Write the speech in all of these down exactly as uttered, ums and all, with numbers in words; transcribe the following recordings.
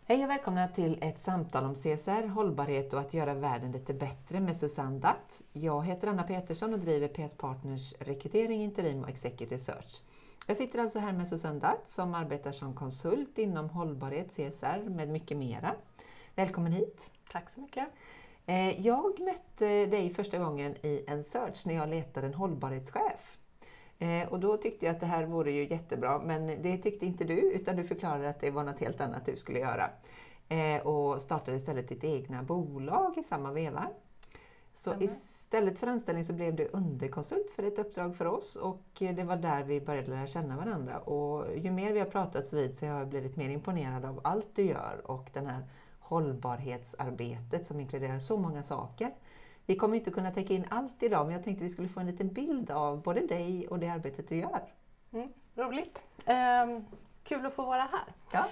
Hej och välkomna till ett samtal om C S R, hållbarhet och att göra världen lite bättre med Susanne Datt. Jag heter Anna Petersson och driver P S Partners rekrytering, interim och executive search. Jag sitter alltså här med Susanne Datt som arbetar som konsult inom hållbarhet, C S R med mycket mera. Välkommen hit. Tack så mycket. Jag mötte dig första gången i en search när jag letade en hållbarhetschef. Och då tyckte jag att det här vore ju jättebra, men det tyckte inte du, utan du förklarade att det var något helt annat du skulle göra. Och startade istället ditt egna bolag i samma veva. Så mm. istället för anställning så blev du underkonsult för ett uppdrag för oss, och det var där vi började lära känna varandra. Och ju mer vi har pratats vid så har jag blivit mer imponerad av allt du gör och den här hållbarhetsarbetet som inkluderar så många saker. Vi kommer inte kunna täcka in allt idag, men jag tänkte vi skulle få en liten bild av både dig och det arbetet du gör. Mm, roligt. Eh, kul att få vara här. Ja.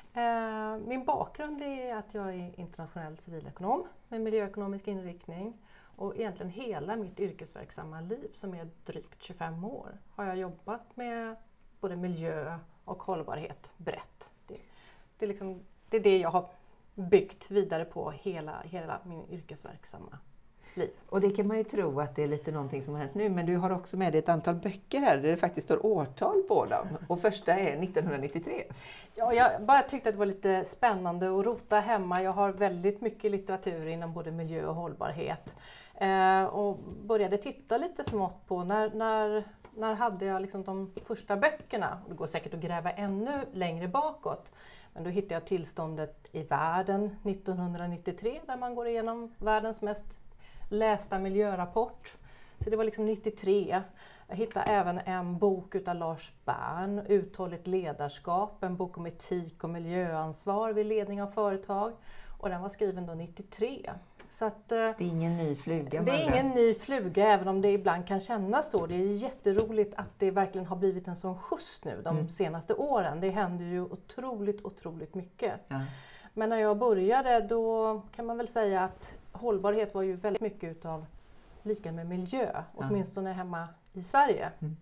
Eh, min bakgrund är att jag är internationell civilekonom med miljöekonomisk inriktning. Och egentligen hela mitt yrkesverksamma liv, som är drygt tjugofem år, har jag jobbat med både miljö och hållbarhet brett. Det, det, är, liksom, det är det jag har byggt vidare på hela, hela min yrkesverksamma liv. Och det kan man ju tro att det är lite någonting som har hänt nu, men du har också med dig ett antal böcker här där det faktiskt står årtal på dem. Och första är nittonhundranittiotre. Ja, jag bara tyckte att det var lite spännande att rota hemma. Jag har väldigt mycket litteratur inom både miljö och hållbarhet. Eh, och började titta lite smått på när, när, när hade jag liksom de första böckerna. Det går säkert att gräva ännu längre bakåt. Men då hittade jag tillståndet i världen nittonhundranittiotre, där man går igenom världens mest lästa miljörapport. Så det var liksom nittiotre. Jag hittade även en bok utav Lars Bern, Uthålligt ledarskap, en bok om etik och miljöansvar vid ledning av företag. Och den var skriven då nittiotre. Så att, det är ingen ny fluga. Det är ingen ny fluga, även om det ibland kan kännas så. Det är jätteroligt att det verkligen har blivit en sån skjuts nu de mm. senaste åren. Det händer ju otroligt, otroligt mycket. Ja. Men när jag började, då kan man väl säga att hållbarhet var ju väldigt mycket utav lika med miljö, ja. Åtminstone hemma i Sverige. Mm.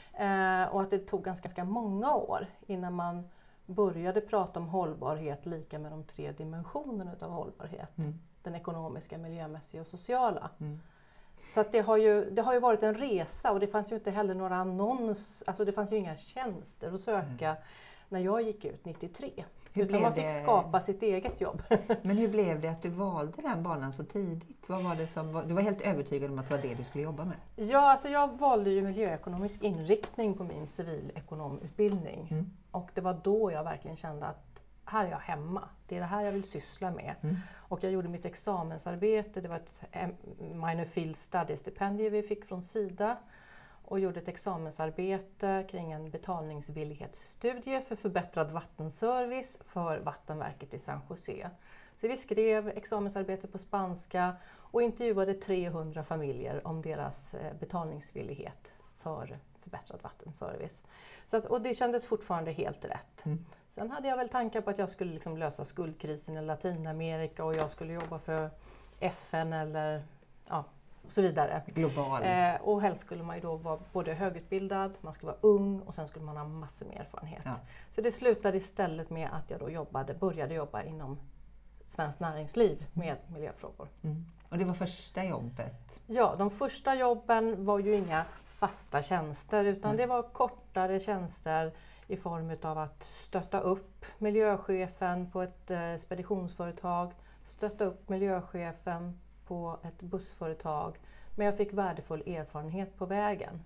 Eh, och att det tog ganska, ganska många år innan man började prata om hållbarhet lika med de tre dimensionerna utav hållbarhet. Mm. Den ekonomiska, miljömässiga och sociala. Mm. Så att det, har ju, det har ju varit en resa, och det fanns ju inte heller några annons, alltså det fanns ju inga tjänster att söka mm. när jag gick ut nittiotre. Hur utan man fick det... skapa sitt eget jobb. Men hur blev det att du valde den banan så tidigt? Vad var det som var... Du var helt övertygad om att det var det du skulle jobba med? Ja, alltså jag valde ju miljöekonomisk inriktning på min civilekonomutbildning. Mm. Och det var då jag verkligen kände att här är jag hemma. Det är det här jag vill syssla med. Mm. Och jag gjorde mitt examensarbete. Det var ett minor field study stipendium vi fick från Sida. Och gjorde ett examensarbete kring en betalningsvillighetsstudie för förbättrad vattenservice för vattenverket i San Jose. Så vi skrev examensarbete på spanska och intervjuade trehundra familjer om deras betalningsvillighet för förbättrad vattenservice. Så att, och det kändes fortfarande helt rätt. Mm. Sen hade jag väl tankar på att jag skulle liksom lösa skuldkrisen i Latinamerika, och jag skulle jobba för F N eller ja, och så vidare. Global. Eh, och helst skulle man ju då vara både högutbildad, man skulle vara ung och sen skulle man ha massor med erfarenhet. Ja. Så det slutade istället med att jag då jobbade, började jobba inom svenskt näringsliv med miljöfrågor. Mm. Och det var första jobbet? Ja, de första jobben var ju inga fasta tjänster, utan mm. det var kortare tjänster i form av att stötta upp miljöchefen på ett eh, speditionsföretag, stötta upp miljöchefen på ett bussföretag, men jag fick värdefull erfarenhet på vägen.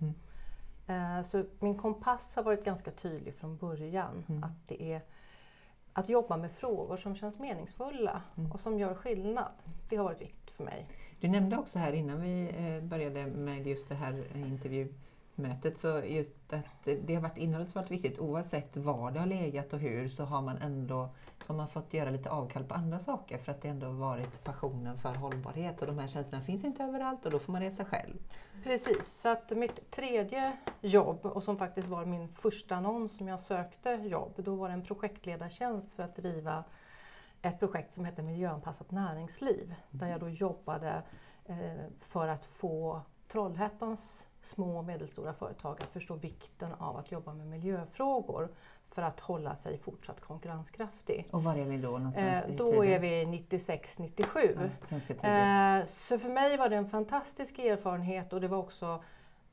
Mm. Eh, så min kompass har varit ganska tydlig från början, mm. att det är att jobba med frågor som känns meningsfulla mm. och som gör skillnad. Det har varit viktigt för mig. Du nämnde också här innan vi började med just det här intervjumötet, så just att det har varit innehållet som varit viktigt. Oavsett var det har legat och hur, så har man ändå har man fått göra lite avkall på andra saker, för att det ändå har varit passionen för hållbarhet, och de här känslorna finns inte överallt, och då får man resa själv. Precis, så att mitt tredje jobb, och som faktiskt var min första annons som jag sökte jobb, då var det en projektledartjänst för att driva ett projekt som heter Miljöanpassat näringsliv, där jag då jobbade eh, för att få Trollhättans små och medelstora företag att förstå vikten av att jobba med miljöfrågor för att hålla sig fortsatt konkurrenskraftig. Och var är vi då någonstans eh, i Då tiden? är vi nittiosex nittiosju. Ja, ganska tidigt. Eh, så för mig var det en fantastisk erfarenhet och det var också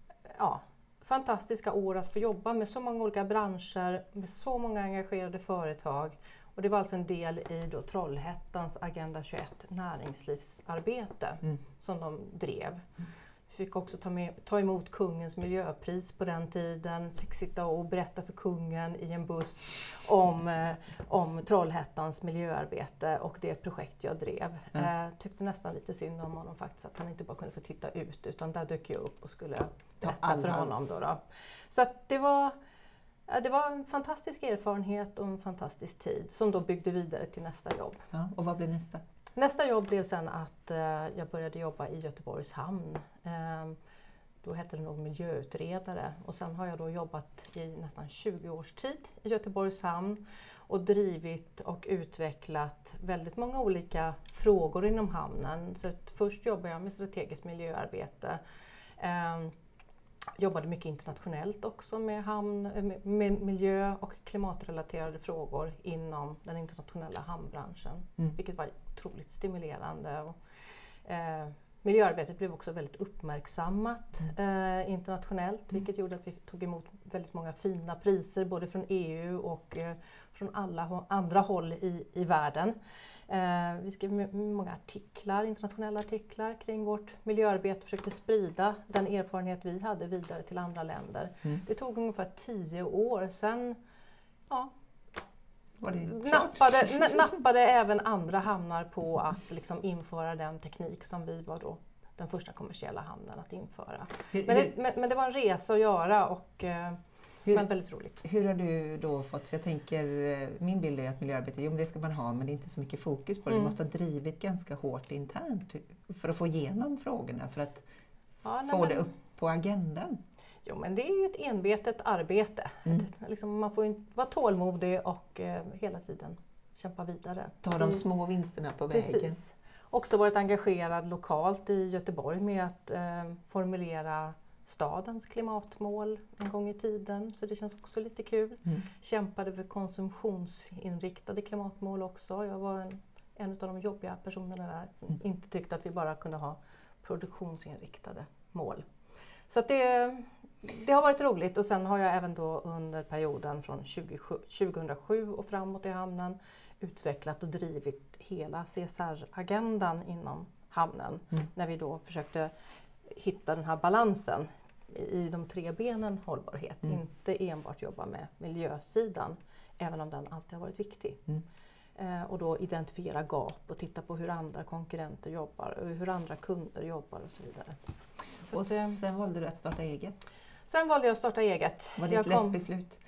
ja, fantastiska år att få jobba med så många olika branscher, med så många engagerade företag. Och det var alltså en del i då Trollhättans Agenda tjugoett näringslivsarbete mm. som de drev. Mm. Fick också ta, med, ta emot kungens miljöpris på den tiden. Fick sitta och berätta för kungen i en buss om, eh, om Trollhättans miljöarbete och det projekt jag drev. Mm. Eh, tyckte nästan lite synd om honom faktiskt, att han inte bara kunde få titta ut utan där dök jag upp och skulle berätta för honom. Då då. Så att det var... Det var en fantastisk erfarenhet och en fantastisk tid som då byggde vidare till nästa jobb. Ja, och vad blev nästa? Nästa jobb blev sen att eh, jag började jobba i Göteborgs hamn. Eh, då hette det nog miljöutredare och sen har jag då jobbat i nästan tjugo års tid i Göteborgs hamn och drivit och utvecklat väldigt många olika frågor inom hamnen. Så att först jobbade jag med strategiskt miljöarbete. Eh, Jobbade mycket internationellt också med, hamn, med miljö- och klimatrelaterade frågor inom den internationella hamnbranschen. Mm. Vilket var otroligt stimulerande. Och, eh, miljöarbetet blev också väldigt uppmärksammat mm. eh, internationellt. Mm. Vilket gjorde att vi tog emot väldigt många fina priser både från E U och eh, från alla andra håll i, i världen. Eh, vi skrev många artiklar, internationella artiklar kring vårt miljöarbete och försökte sprida den erfarenhet vi hade vidare till andra länder. Mm. Det tog ungefär tio år sedan ja, Var det nappade, nappade även andra hamnar på att liksom införa den teknik som vi var då den första kommersiella hamnen att införa. Hur, men, det, men, men det var en resa att göra och eh, Hur, men väldigt roligt. Hur har du då fått, för jag tänker, min bild är att miljöarbete, jo det ska man ha men det är inte så mycket fokus på det. Mm. Du måste ha drivit ganska hårt internt för att få igenom frågorna, för att ja, nej, få men, det upp på agendan. Jo men det är ju ett envetet arbete. Mm. Att, liksom, man får ju vara tålmodig och eh, hela tiden kämpa vidare. Ta de små vinsterna på vägen. Precis. Också varit engagerad lokalt i Göteborg med att eh, formulera stadens klimatmål en gång i tiden, så det känns också lite kul. Mm. Kämpade för konsumtionsinriktade klimatmål också. Jag var en, en av de jobbiga personerna där. Mm. Inte tyckte att vi bara kunde ha produktionsinriktade mål. Så att det, det har varit roligt och sen har jag även då under perioden från tjugohundrasju och framåt i hamnen utvecklat och drivit hela C S R-agendan inom hamnen. Mm. När vi då försökte hitta den här balansen i de tre benen hållbarhet. Mm. Inte enbart jobba med miljösidan, även om den alltid har varit viktig. Mm. Eh, och då identifiera gap och titta på hur andra konkurrenter jobbar och hur andra kunder jobbar och så vidare. Så och att, eh, sen valde du att starta eget? Sen valde jag att starta eget. Var det ett jag lätt beslut?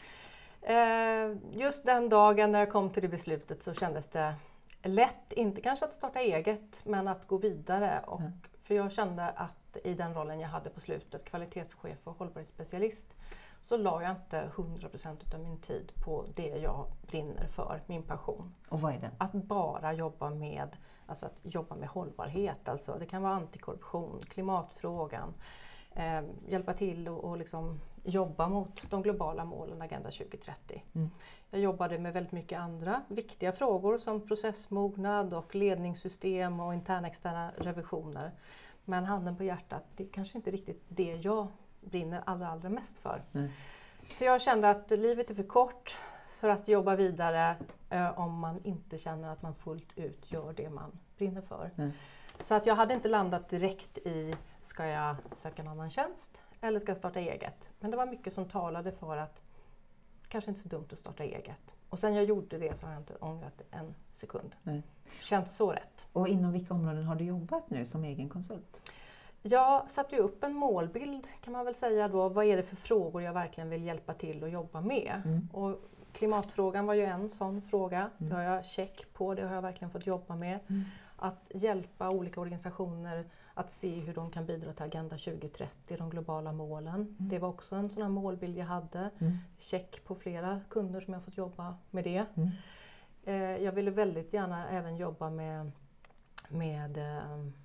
Eh, just den dagen när jag kom till det beslutet så kändes det lätt, inte kanske att starta eget, men att gå vidare. Och, mm. För jag kände att i den rollen jag hade på slutet, kvalitetschef och hållbarhetsspecialist, så la jag inte hundra procent av min tid på det jag brinner för, min passion. Och vad är det? Att bara jobba med, alltså att jobba med hållbarhet. Alltså det kan vara antikorruption, klimatfrågan, eh, hjälpa till och, och liksom jobba mot de globala målen Agenda tjugo trettio. Mm. Jag jobbade med väldigt mycket andra viktiga frågor som processmognad och ledningssystem och interna externa revisioner. Men handen på hjärtat, det är kanske inte riktigt det jag brinner allra, allra mest för. Mm. Så jag kände att livet är för kort för att jobba vidare eh, om man inte känner att man fullt ut gör det man brinner för. Mm. Så att jag hade inte landat direkt i, ska jag söka en annan tjänst eller ska jag starta eget? Men det var mycket som talade för att kanske inte så dumt att starta eget. Och sen jag gjorde det så har jag inte ångrat en sekund. Mm. Känns så rätt. Och inom vilka områden har du jobbat nu som egen konsult? Jag satte ju upp en målbild kan man väl säga då. Vad är det för frågor jag verkligen vill hjälpa till och jobba med? Mm. Och klimatfrågan var ju en sån fråga. Mm. Det har jag check på, det har jag verkligen fått jobba med. Mm. Att hjälpa olika organisationer att se hur de kan bidra till Agenda tjugo trettio, de globala målen. Mm. Det var också en sån här målbild jag hade. Mm. Check på flera kunder som jag fått jobba med det. Mm. Eh, jag ville väldigt gärna även jobba med, med eh,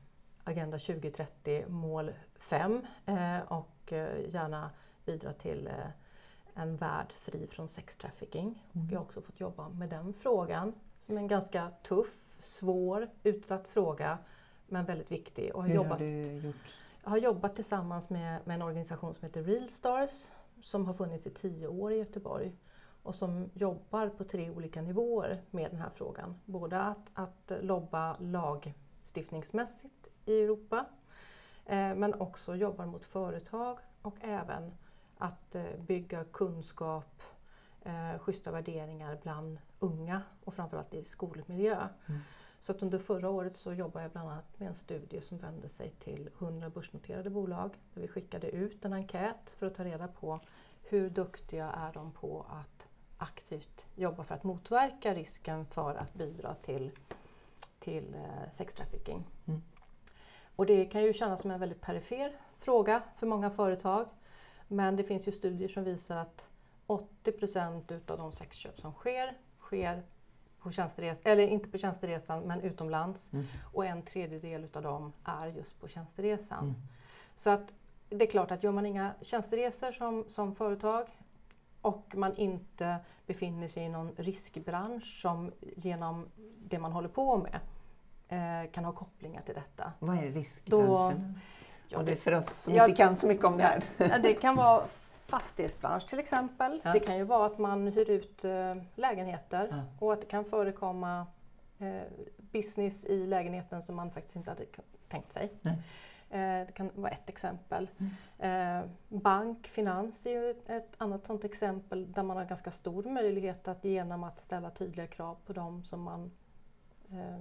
Agenda tjugo trettio mål fem eh, och eh, gärna bidra till eh, en värld fri från sextrafficking. Mm. Och jag har också fått jobba med den frågan som är en ganska tuff, svår, utsatt fråga men väldigt viktig. Och har Hur jobbat, har du gjort? Jag har jobbat tillsammans med, med en organisation som heter Real Stars som har funnits i tio år i Göteborg och som jobbar på tre olika nivåer med den här frågan. Både att, att lobba lagstiftningsmässigt i Europa eh, men också jobbar mot företag och även att eh, bygga kunskap, eh, schyssta värderingar bland unga och framförallt i skolmiljö. Mm. Så att under förra året så jobbade jag bland annat med en studie som vände sig till hundra börsnoterade bolag. Där vi skickade ut en enkät för att ta reda på hur duktiga är de på att aktivt jobba för att motverka risken för att bidra till, till eh, sextrafficking. Mm. Och det kan ju kännas som en väldigt perifer fråga för många företag. Men det finns ju studier som visar att åttio procent utav de sexköp som sker, sker på tjänsteresan, eller inte på tjänsteresan men utomlands. Mm. Och en tredjedel utav dem är just på tjänsteresan. Mm. Så att det är klart att gör man inga tjänsteresor som, som företag och man inte befinner sig i någon riskbransch som genom det man håller på med eh, kan ha kopplingar till detta. Vad är riskbranschen? Då, ja, och det är för oss som jag, inte kan så mycket om det här. Ja, det kan vara fastighetsbransch till exempel. Ja. Det kan ju vara att man hyr ut eh, lägenheter ja. Och att det kan förekomma eh, business i lägenheten som man faktiskt inte hade tänkt sig. Nej. Eh, det kan vara ett exempel. Mm. Eh, bank, finans är ju ett, ett annat sådant exempel där man har ganska stor möjlighet att genom att ställa tydliga krav på dem som man eh,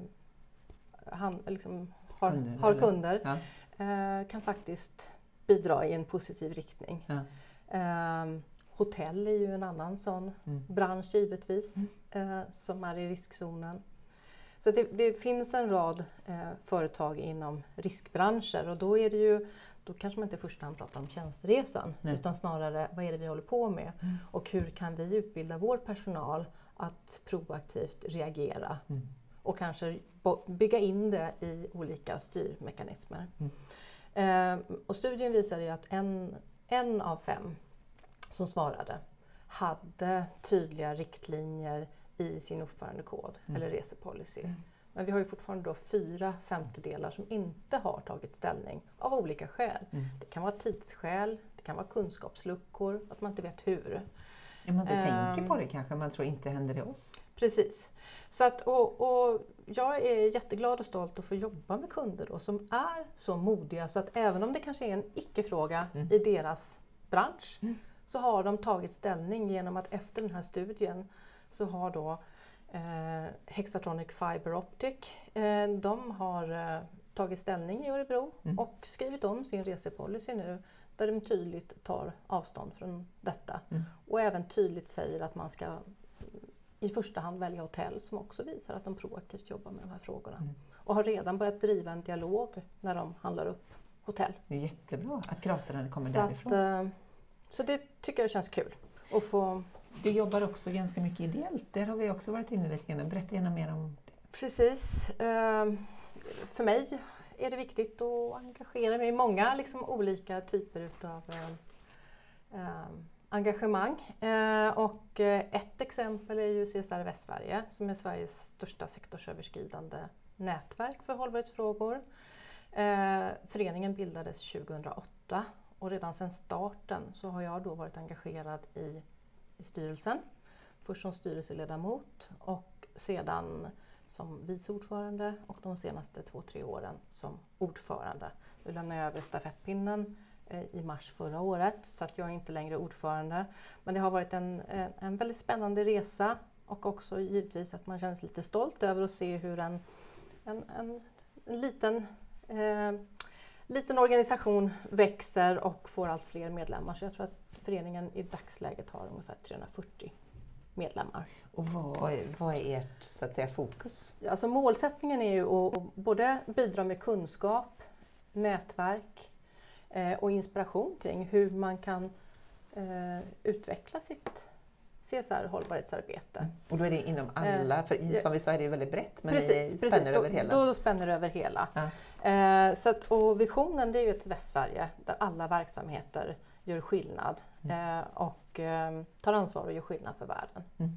han, liksom har kunder, har kunder ja. eh, kan faktiskt bidra i en positiv riktning. Ja. Eh, hotell är ju en annan sån mm. bransch givetvis mm. eh, som är i riskzonen. Så det, det finns en rad eh, företag inom riskbranscher och då är det ju, då kanske man inte i första hand pratar om tjänsteresan Nej. Utan snarare vad är det vi håller på med mm. och hur kan vi utbilda vår personal att proaktivt reagera mm. och kanske bygga in det i olika styrmekanismer. Mm. Eh, och studien visade ju att en, en av fem som svarade hade tydliga riktlinjer i sin uppförandekod mm. eller resepolicy. Mm. Men vi har ju fortfarande då fyra femtedelar som inte har tagit ställning av olika skäl. Mm. Det kan vara tidsskäl, det kan vara kunskapsluckor, att man inte vet hur. Ja, man inte um, tänker på det kanske, man tror inte händer det oss. Precis. Så att, och, och jag är jätteglad och stolt att få jobba med kunder då, som är så modiga så att även om det kanske är en icke-fråga mm. i deras bransch mm. så har de tagit ställning genom att efter den här studien så har då eh, Hexatronic Fiber Optic, eh, de har eh, tagit ställning i Örebro mm. och skrivit om sin resepolicy nu där de tydligt tar avstånd från detta. Mm. Och även tydligt säger att man ska i första hand välja hotell som också visar att de proaktivt jobbar med de här frågorna. Mm. Och har redan börjat driva en dialog när de handlar upp hotell. Det är jättebra att kravställande kommer så därifrån. Att, eh, så det tycker jag känns kul att få. Du jobbar också ganska mycket ideellt. Där har vi också varit inne lite grann. Berätta gärna mer om det. Precis. För mig är det viktigt att engagera mig i många liksom, olika typer av engagemang. Och ett exempel är ju C S R Västsverige som är Sveriges största sektorsöverskridande nätverk för hållbarhetsfrågor. Föreningen bildades tjugohundraåtta och redan sedan starten så har jag då varit engagerad i i styrelsen. Först som styrelseledamot och sedan som vice ordförande och de senaste två, tre åren som ordförande. Nu lämnar jag över stafettpinnen eh, i mars förra året så att jag är inte längre ordförande. Men det har varit en, en, en väldigt spännande resa och också givetvis att man känns lite stolt över att se hur en, en, en, en liten eh, liten organisation växer och får allt fler medlemmar. Så jag tror att föreningen i dagsläget har ungefär trehundrafyrtio medlemmar. Och vad är, vad är ert så att säga, fokus? Alltså målsättningen är ju att, att både bidra med kunskap, nätverk eh, och inspiration kring hur man kan eh, utveckla sitt C S R-hållbarhetsarbete. Mm. Och då är det inom alla, för i, som vi sa är det väldigt brett men precis, det spänner precis, över då, hela. Då, då spänner det över hela. Ja. Eh, så att, och visionen, det är ju ett Västsverige där alla verksamheter gör skillnad mm. eh, och eh, tar ansvar och gör skillnad för världen. Mm.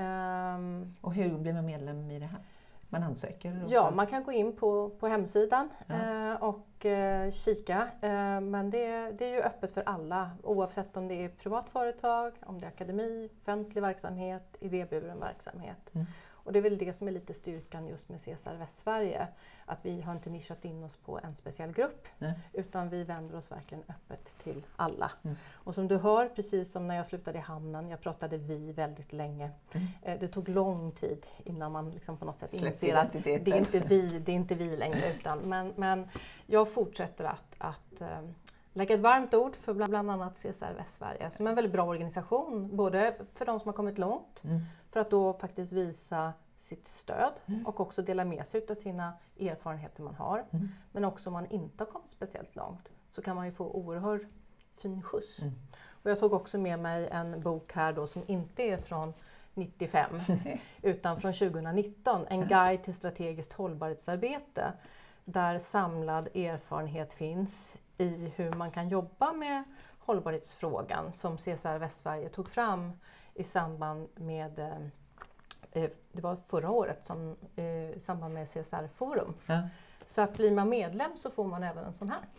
Um, och hur blir man medlem i det här? Man ansöker? Också. Ja, man kan gå in på, på hemsidan ja. eh, och eh, kika. Eh, men det, det är ju öppet för alla, oavsett om det är privat företag, om det är akademi, offentlig verksamhet, idéburen verksamhet. Mm. Och det är väl det som är lite styrkan just med C S R Västsverige. Att vi har inte nischat in oss på en speciell grupp. Nej. Utan vi vänder oss verkligen öppet till alla. Mm. Och som du hör, precis som när jag slutade i hamnen, jag pratade vi väldigt länge. Mm. Eh, det tog lång tid innan man liksom på något sätt Släpp inser att det är inte vi, det är inte vi längre. Utan, men, men jag fortsätter att, att eh, lägga ett varmt ord för bland, bland annat C S R Västsverige som en väldigt bra organisation. Både för de som har kommit långt, mm. för att då faktiskt visa sitt stöd mm. och också dela med sig av sina erfarenheter man har. Mm. Men också om man inte har kommit speciellt långt så kan man ju få oerhört fin skjuts. Mm. Och jag tog också med mig en bok här då som inte är från nittiofem utan från tjugonitton. En guide till strategiskt hållbarhetsarbete där samlad erfarenhet finns i hur man kan jobba med hållbarhetsfrågan som C S R Västsverige tog fram i samband med eh, det var förra året som, eh, i samband med C S R-forum. Ja. Så att blir man medlem så får man även en sån här.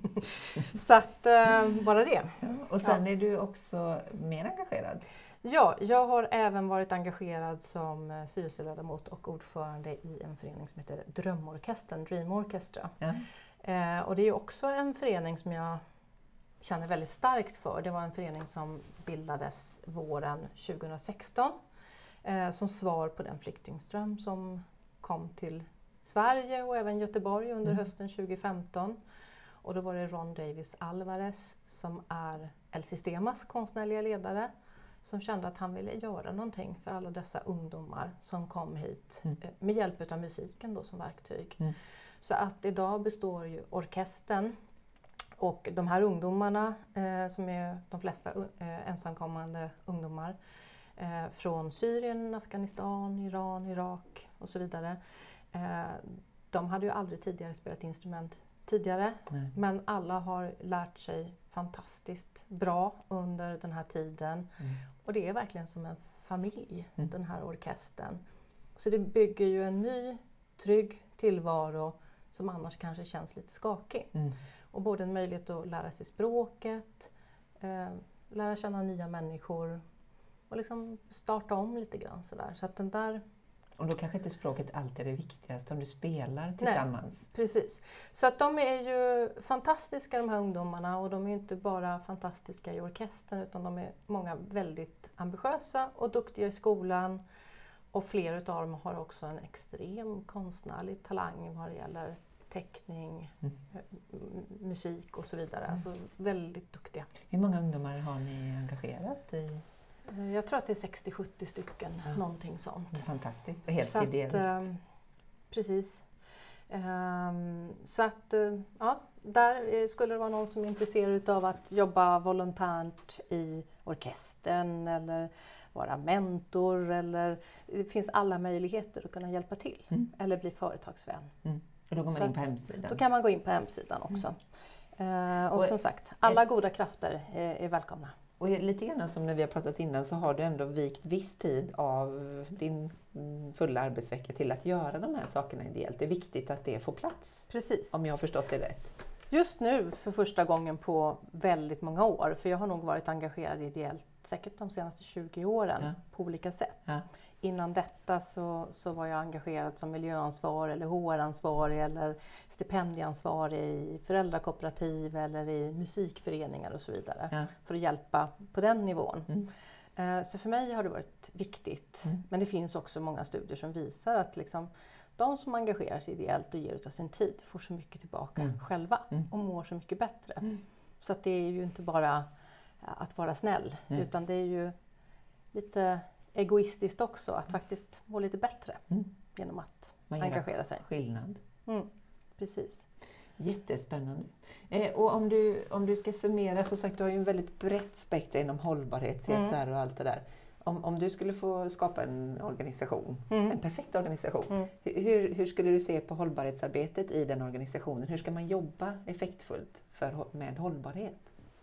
Så att eh, bara det. Ja, och sen ja. Är du också mer engagerad? Ja, jag har även varit engagerad som styrelseledamot och ordförande i en förening som heter Drömorkestern, Dream Orchestra. Ja. Eh, och det är också en förening som jag känner väldigt starkt för. Det var en förening som bildades våren tjugohundrasexton eh, som svar på den flyktingström som kom till Sverige och även Göteborg under mm. hösten tjugofemton. Och då var det Ron Davis Alvarez som är El Sistemas konstnärliga ledare som kände att han ville göra någonting för alla dessa ungdomar som kom hit mm. eh, med hjälp av musiken då som verktyg. Mm. Så att idag består ju orkestern och de här ungdomarna eh, som är de flesta eh, ensamkommande ungdomar eh, från Syrien, Afghanistan, Iran, Irak och så vidare. Eh, de hade ju aldrig tidigare spelat instrument tidigare mm. men alla har lärt sig fantastiskt bra under den här tiden. Mm. Och det är verkligen som en familj, mm. den här orkestern. Så det bygger ju en ny, trygg tillvaro som annars kanske känns lite skakig. Mm. Och både en möjlighet att lära sig språket, eh, lära känna nya människor och liksom starta om lite grann sådär. Så att den där... Och då kanske inte språket alltid är det viktigaste om du spelar tillsammans. Nej, precis. Så att de är ju fantastiska de här ungdomarna och de är inte bara fantastiska i orkestern utan de är många väldigt ambitiösa och duktiga i skolan. Och flera av dem har också en extrem konstnärlig talang vad det gäller teckning, mm. musik och så vidare. Mm. Alltså väldigt duktiga. Hur många ungdomar har ni engagerat i? Jag tror att det är sextio sjuttio stycken, ja. Någonting sånt. Fantastiskt och helt så ideellt. Att, äh, precis. Um, så att, äh, ja, där skulle det vara någon som är intresserad av att jobba volontärt i orkestern eller vara mentor eller det finns alla möjligheter att kunna hjälpa till mm. eller bli företagsvän. Mm. Och då går man så in på hemsidan? Då kan man gå in på hemsidan också. Mm. Uh, och, och som sagt, alla är, goda krafter är, är välkomna. Och lite grann som när vi har pratat innan så har du ändå vikt viss tid av din fulla arbetsvecka till att göra de här sakerna ideellt. Det är viktigt att det får plats. Precis. Om jag har förstått det rätt. Just nu för första gången på väldigt många år, för jag har nog varit engagerad ideellt säkert de senaste tjugo åren ja. På olika sätt. Ja. Innan detta så, så var jag engagerad som miljöansvarig eller H R-ansvarig eller stipendieansvarig i föräldrakooperativ eller i musikföreningar och så vidare. Ja. För att hjälpa på den nivån. Mm. Så för mig har det varit viktigt. Mm. Men det finns också många studier som visar att liksom, de som engagerar sig ideellt och ger utav sin tid får så mycket tillbaka mm. själva mm. och mår så mycket bättre. Mm. Så att det är ju inte bara att vara snäll mm. utan det är ju lite egoistiskt också att faktiskt må lite bättre mm. genom att man engagera sig. Skillnad. Mm. Precis. Jättespännande. Eh, och om du, om du ska summera, som sagt du har ju en väldigt brett spektra inom hållbarhet, C S R mm. och allt det där. Om, om du skulle få skapa en organisation, Mm. en perfekt organisation, Mm. hur, hur skulle du se på hållbarhetsarbetet i den organisationen? Hur ska man jobba effektfullt för, med hållbarhet?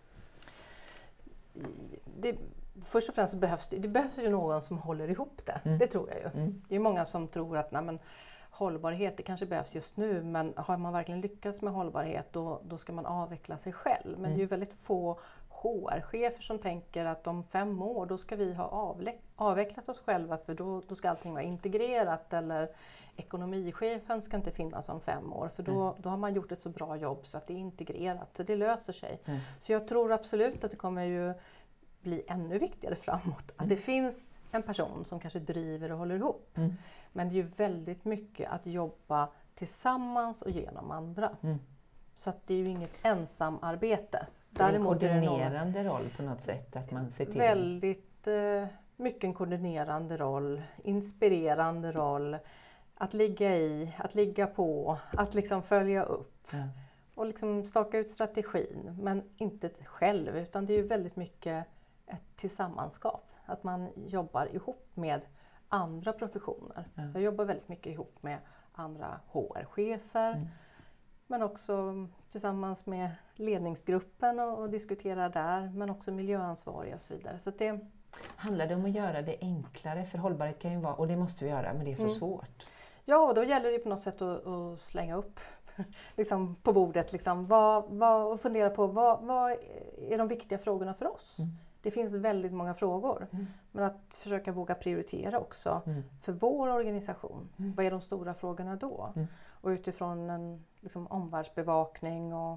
Det, först och främst så behövs det, det behövs ju någon som håller ihop det. Mm. Det tror jag ju. Mm. Det är många som tror att nej, men, hållbarhet det kanske behövs just nu, men har man verkligen lyckats med hållbarhet då, då ska man avveckla sig själv. Men Mm. det är ju väldigt få H R-chefer som tänker att om fem år då ska vi ha avle- avvecklat oss själva för då, då ska allting vara integrerat, eller ekonomichefen ska inte finnas om fem år för då, då har man gjort ett så bra jobb så att det är integrerat, så det löser sig. Mm. Så jag tror absolut att det kommer ju bli ännu viktigare framåt. Att det finns en person som kanske driver och håller ihop. Mm. Men det är ju väldigt mycket att jobba tillsammans och genom andra. Mm. Så att det är ju inget ensamarbete. Så en Däremot är det någon koordinerande roll på något sätt, att man ser till... väldigt eh, mycket en koordinerande roll, inspirerande roll. Att ligga i, att ligga på, att liksom följa upp. Ja. Och liksom staka ut strategin, men inte själv, utan det är ju väldigt mycket ett tillsammanskap. Att man jobbar ihop med andra professioner. Ja. Jag jobbar väldigt mycket ihop med andra H R-chefer, Mm. men också tillsammans med ledningsgruppen och, och diskuterar där, men också miljöansvariga och så vidare. Så att det, Handlar det om att göra det enklare? För hållbarhet kan ju vara, och det måste vi göra, men det är så Mm. svårt. ja, och då gäller det på något sätt att, att slänga upp liksom på bordet liksom, vad, vad, och fundera på vad, vad är de viktiga frågorna för oss? Mm. Det finns väldigt många frågor, Mm. men att försöka våga prioritera också Mm. för vår organisation. Mm. Vad är de stora frågorna då? Mm. Och utifrån en liksom, omvärldsbevakning och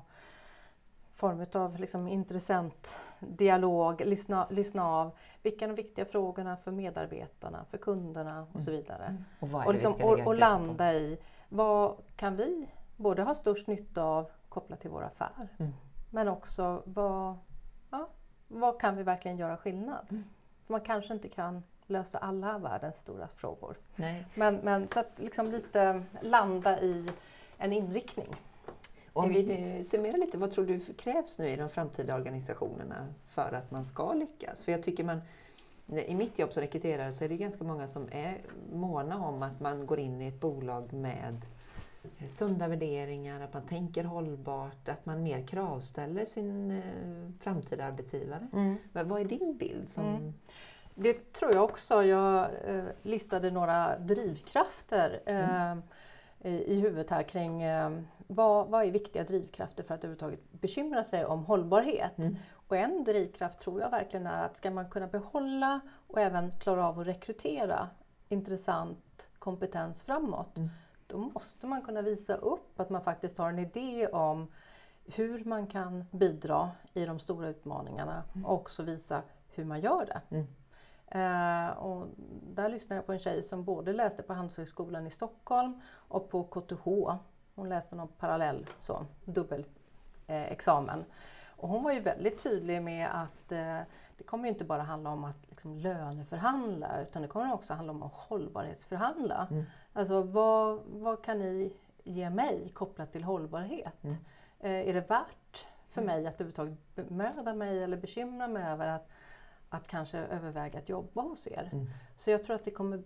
form av liksom, intressentdialog, lyssna, lyssna av vilka är de viktiga frågorna för medarbetarna, för kunderna och så vidare. Mm. Och vad är Och, det liksom, vi ska lägga och, och krut på? landa i vad kan vi både ha störst nytta av kopplat till vår affär, Mm. men också vad, ja, vad kan vi verkligen göra skillnad? Mm. För man kanske inte kan lösa alla världens stora frågor. Nej. Men, men så att liksom lite landa i en inriktning. Om är vi viktigt. nu summerar lite, vad tror du krävs nu i de framtida organisationerna för att man ska lyckas? För jag tycker man, i mitt jobb som rekryterare så är det ganska många som är måna om att man går in i ett bolag med sunda värderingar, att man tänker hållbart, att man mer kravställer sin eh, framtida arbetsgivare. Mm. Men vad är din bild? Som... Mm. Det tror jag också. Jag eh, listade några drivkrafter eh, Mm. i, i huvudet här kring eh, vad, vad är viktiga drivkrafter för att överhuvudtaget bekymra sig om hållbarhet. Mm. Och en drivkraft tror jag verkligen är att ska man kunna behålla och även klara av att rekrytera intressant kompetens framåt, Mm. då måste man kunna visa upp att man faktiskt har en idé om hur man kan bidra i de stora utmaningarna Mm. och också visa hur man gör det. Mm. Eh, och där lyssnade jag på en tjej som både läste på Handelshögskolan i Stockholm och på K T H. Hon läste någon parallell, så, dubbel eh, examen. Och hon var ju väldigt tydlig med att eh, det kommer ju inte bara handla om att liksom, löneförhandla, utan det kommer också handla om att hållbarhetsförhandla. Mm. Alltså vad, vad kan ni ge mig kopplat till hållbarhet? Mm. Eh, är det värt för mig att överhuvudtaget bemöda mig eller bekymra mig över att, att kanske överväga att jobba hos er? Mm. Så jag tror att det kommer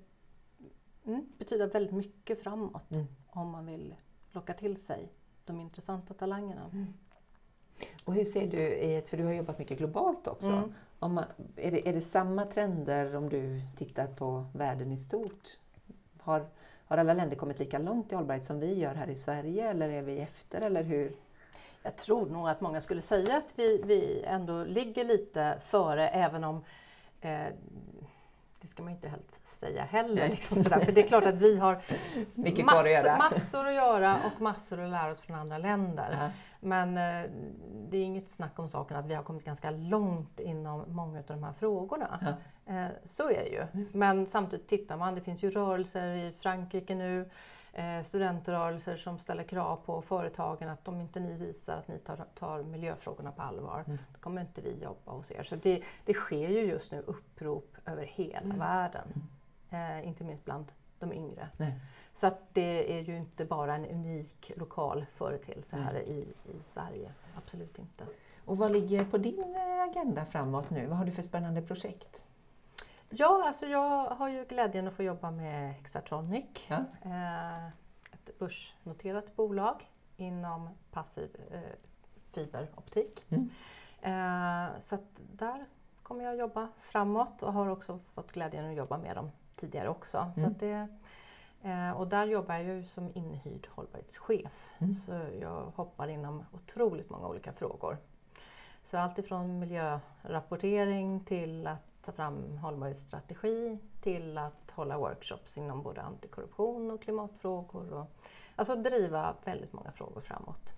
mm, betyda väldigt mycket framåt Mm. om man vill locka till sig de intressanta talangerna. Mm. Och hur ser du, i ett, för du har jobbat mycket globalt också, Mm. om man, är, det, är det samma trender om du tittar på världen i stort? Har, har alla länder kommit lika långt i hållbarhet som vi gör här i Sverige, eller är vi efter, eller hur? Jag tror nog att många skulle säga att vi, vi ändå ligger lite före, även om eh, det ska man ju inte helt säga heller. Liksom sådär. För det är klart att vi har Mycket kvar att massor, göra. massor att göra och massor att lära oss från andra länder. Ja. Men eh, det är inget snack om saken att vi har kommit ganska långt inom många av de här frågorna. Ja. Eh, så är det ju. Men samtidigt tittar man, det finns ju rörelser i Frankrike nu, eh, studentrörelser som ställer krav på företagen att om inte ni visar att ni tar, tar miljöfrågorna på allvar, Mm. då kommer inte vi jobba hos er. Så det, det sker ju just nu upprop över hela Mm. världen, eh, inte minst bland de yngre. Nej. Så att det är ju inte bara en unik lokal företeelse här Mm. i, i Sverige, absolut inte. Och vad ligger på din eh, agenda framåt nu? Vad har du för spännande projekt? Ja, alltså jag har ju glädjen att få jobba med Hexatronic. Ja. Eh, ett börsnoterat bolag inom passiv eh, fiberoptik. Mm. Eh, så att där kommer jag jobba framåt och har också fått glädjen att jobba med dem tidigare också. Mm. Så att det, eh, och där jobbar jag ju som inhyrd hållbarhetschef. Mm. Så jag hoppar inom otroligt många olika frågor. Så allt ifrån miljörapportering till att ta fram hållbarhetsstrategi till att hålla workshops inom både antikorruption och klimatfrågor. Och, alltså driva väldigt många frågor framåt.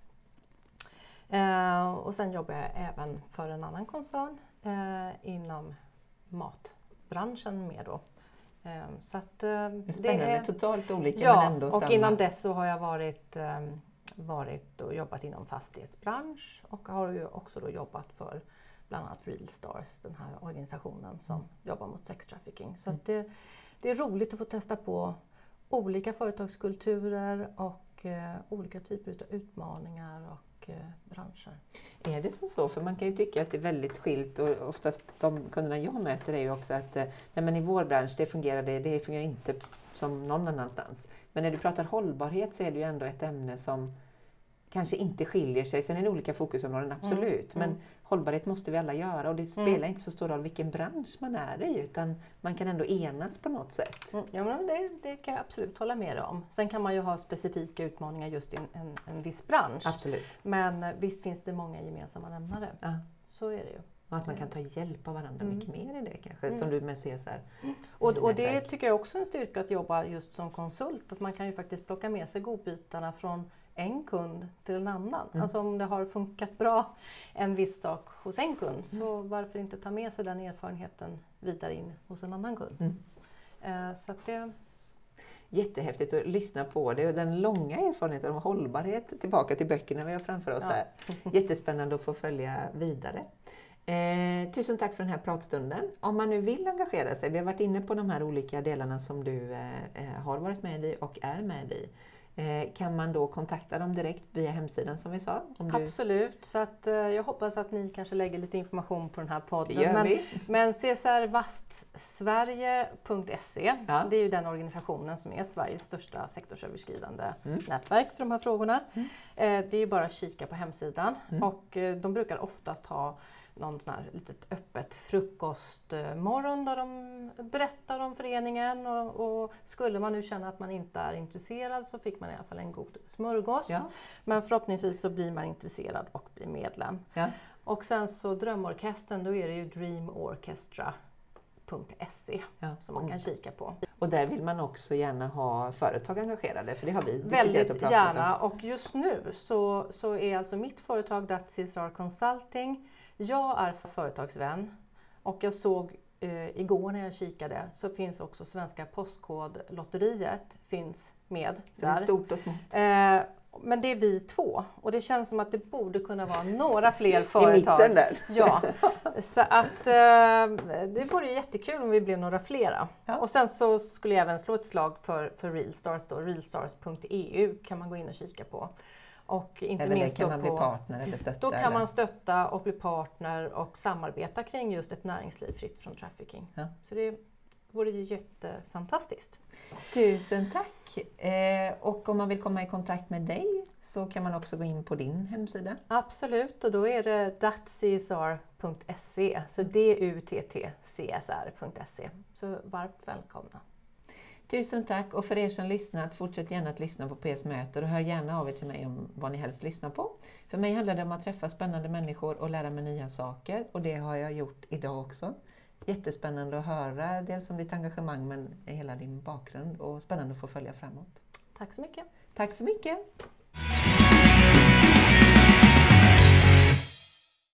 Eh, och sen jobbar jag även för en annan koncern eh, inom matbranschen med då. Eh, så att, eh, Det är spännande, det är, totalt olika ja, men ändå och samma. innan dess så har jag varit, eh, varit och jobbat inom fastighetsbransch och har ju också då jobbat för bland annat Real Stars, den här organisationen som mm. jobbar mot sextrafficking. Så att det, det är roligt att få testa på olika företagskulturer och eh, olika typer av utmaningar och eh, branscher. Är det så så? För man kan ju tycka att det är väldigt skilt och oftast de kunderna jag möter är ju också att eh, nej men i vår bransch det fungerar, det, det fungerar inte som någon annanstans. Men när du pratar hållbarhet så är det ju ändå ett ämne som kanske inte skiljer sig. Sen är det olika fokusområden, absolut. Mm. Men mm. hållbarhet måste vi alla göra och det spelar mm. inte så stor roll vilken bransch man är i utan man kan ändå enas på något sätt. Mm. Ja, men det, det kan jag absolut hålla med om. Sen kan man ju ha specifika utmaningar just i en, en, en viss bransch. Absolut. Men visst finns det många gemensamma nämnare. Ja. Så är det ju. Och att man kan ta hjälp av varandra mm. mycket mer i det kanske, mm. som du med C S R. Mm. Och, och det tycker jag också är en styrka att jobba just som konsult. Att man kan ju faktiskt plocka med sig godbitarna från en kund till en annan. Mm. Alltså om det har funkat bra en viss sak hos en kund så mm. varför inte ta med sig den erfarenheten vidare in hos en annan kund. Mm. Uh, så att det... Jättehäftigt att lyssna på det och den långa erfarenheten av hållbarhet tillbaka till böckerna vi har framför oss ja. här. Jättespännande att få följa vidare. Eh, tusen tack för den här pratstunden. Om man nu vill engagera sig, vi har varit inne på de här olika delarna som du eh, har varit med i och är med i. Eh, kan man då kontakta dem direkt via hemsidan som vi sa? Om du... Absolut, så att, eh, jag hoppas att ni kanske lägger lite information på den här podden. Det gör men, vi. men c s r vastsverige punkt se, ja. det är ju den organisationen som är Sveriges största sektorsöverskridande mm. nätverk för de här frågorna. Mm. Eh, det är ju bara att kika på hemsidan mm. och eh, de brukar oftast ha någon sån här litet öppet frukostmorgon där de berättar om föreningen och, och skulle man nu känna att man inte är intresserad så fick man i alla fall en god smörgås. Ja. Men förhoppningsvis så blir man intresserad och blir medlem. Ja. Och sen så Drömorkestern, då är det ju dream orchestra punkt se ja. som man kan kika på. Och där vill man också gärna ha företag engagerade, för det har vi diskuterat väldigt och pratat gärna. om. Och just nu så, så är alltså mitt företag That C S R Consulting. Jag är företagsvän och jag såg eh, igår när jag kikade så finns också Svenska Postkodlotteriet finns med. Så där. Det är stort och smått. Eh, men det är vi två och det känns som att det borde kunna vara några fler företag. I mitten där. Ja, så att eh, det vore jättekul om vi blev några flera. Ja. Och sen så skulle jag även slå ett slag för, för Realstars då. realstars punkt e u kan man gå in och kika på. Och inte även minst det kan man på, bli partner eller stötta? Då kan eller? man stötta och bli partner och samarbeta kring just ett näringsliv fritt från trafficking. Ja. Så det vore ju jättefantastiskt. Tusen tack! Eh, och om man vill komma i kontakt med dig så kan man också gå in på din hemsida? Absolut, och då är det datt c s r punkt se, så d u t t c s r punkt se. Så varmt välkomna! Tusen tack, och för er som lyssnat, fortsätt gärna att lyssna på P S Möter och hör gärna av er till mig om vad ni helst lyssnar på. För mig handlar det om att träffa spännande människor och lära mig nya saker, och det har jag gjort idag också. Jättespännande att höra dels om ditt engagemang men hela din bakgrund, och spännande att få följa framåt. Tack så mycket! Tack så mycket!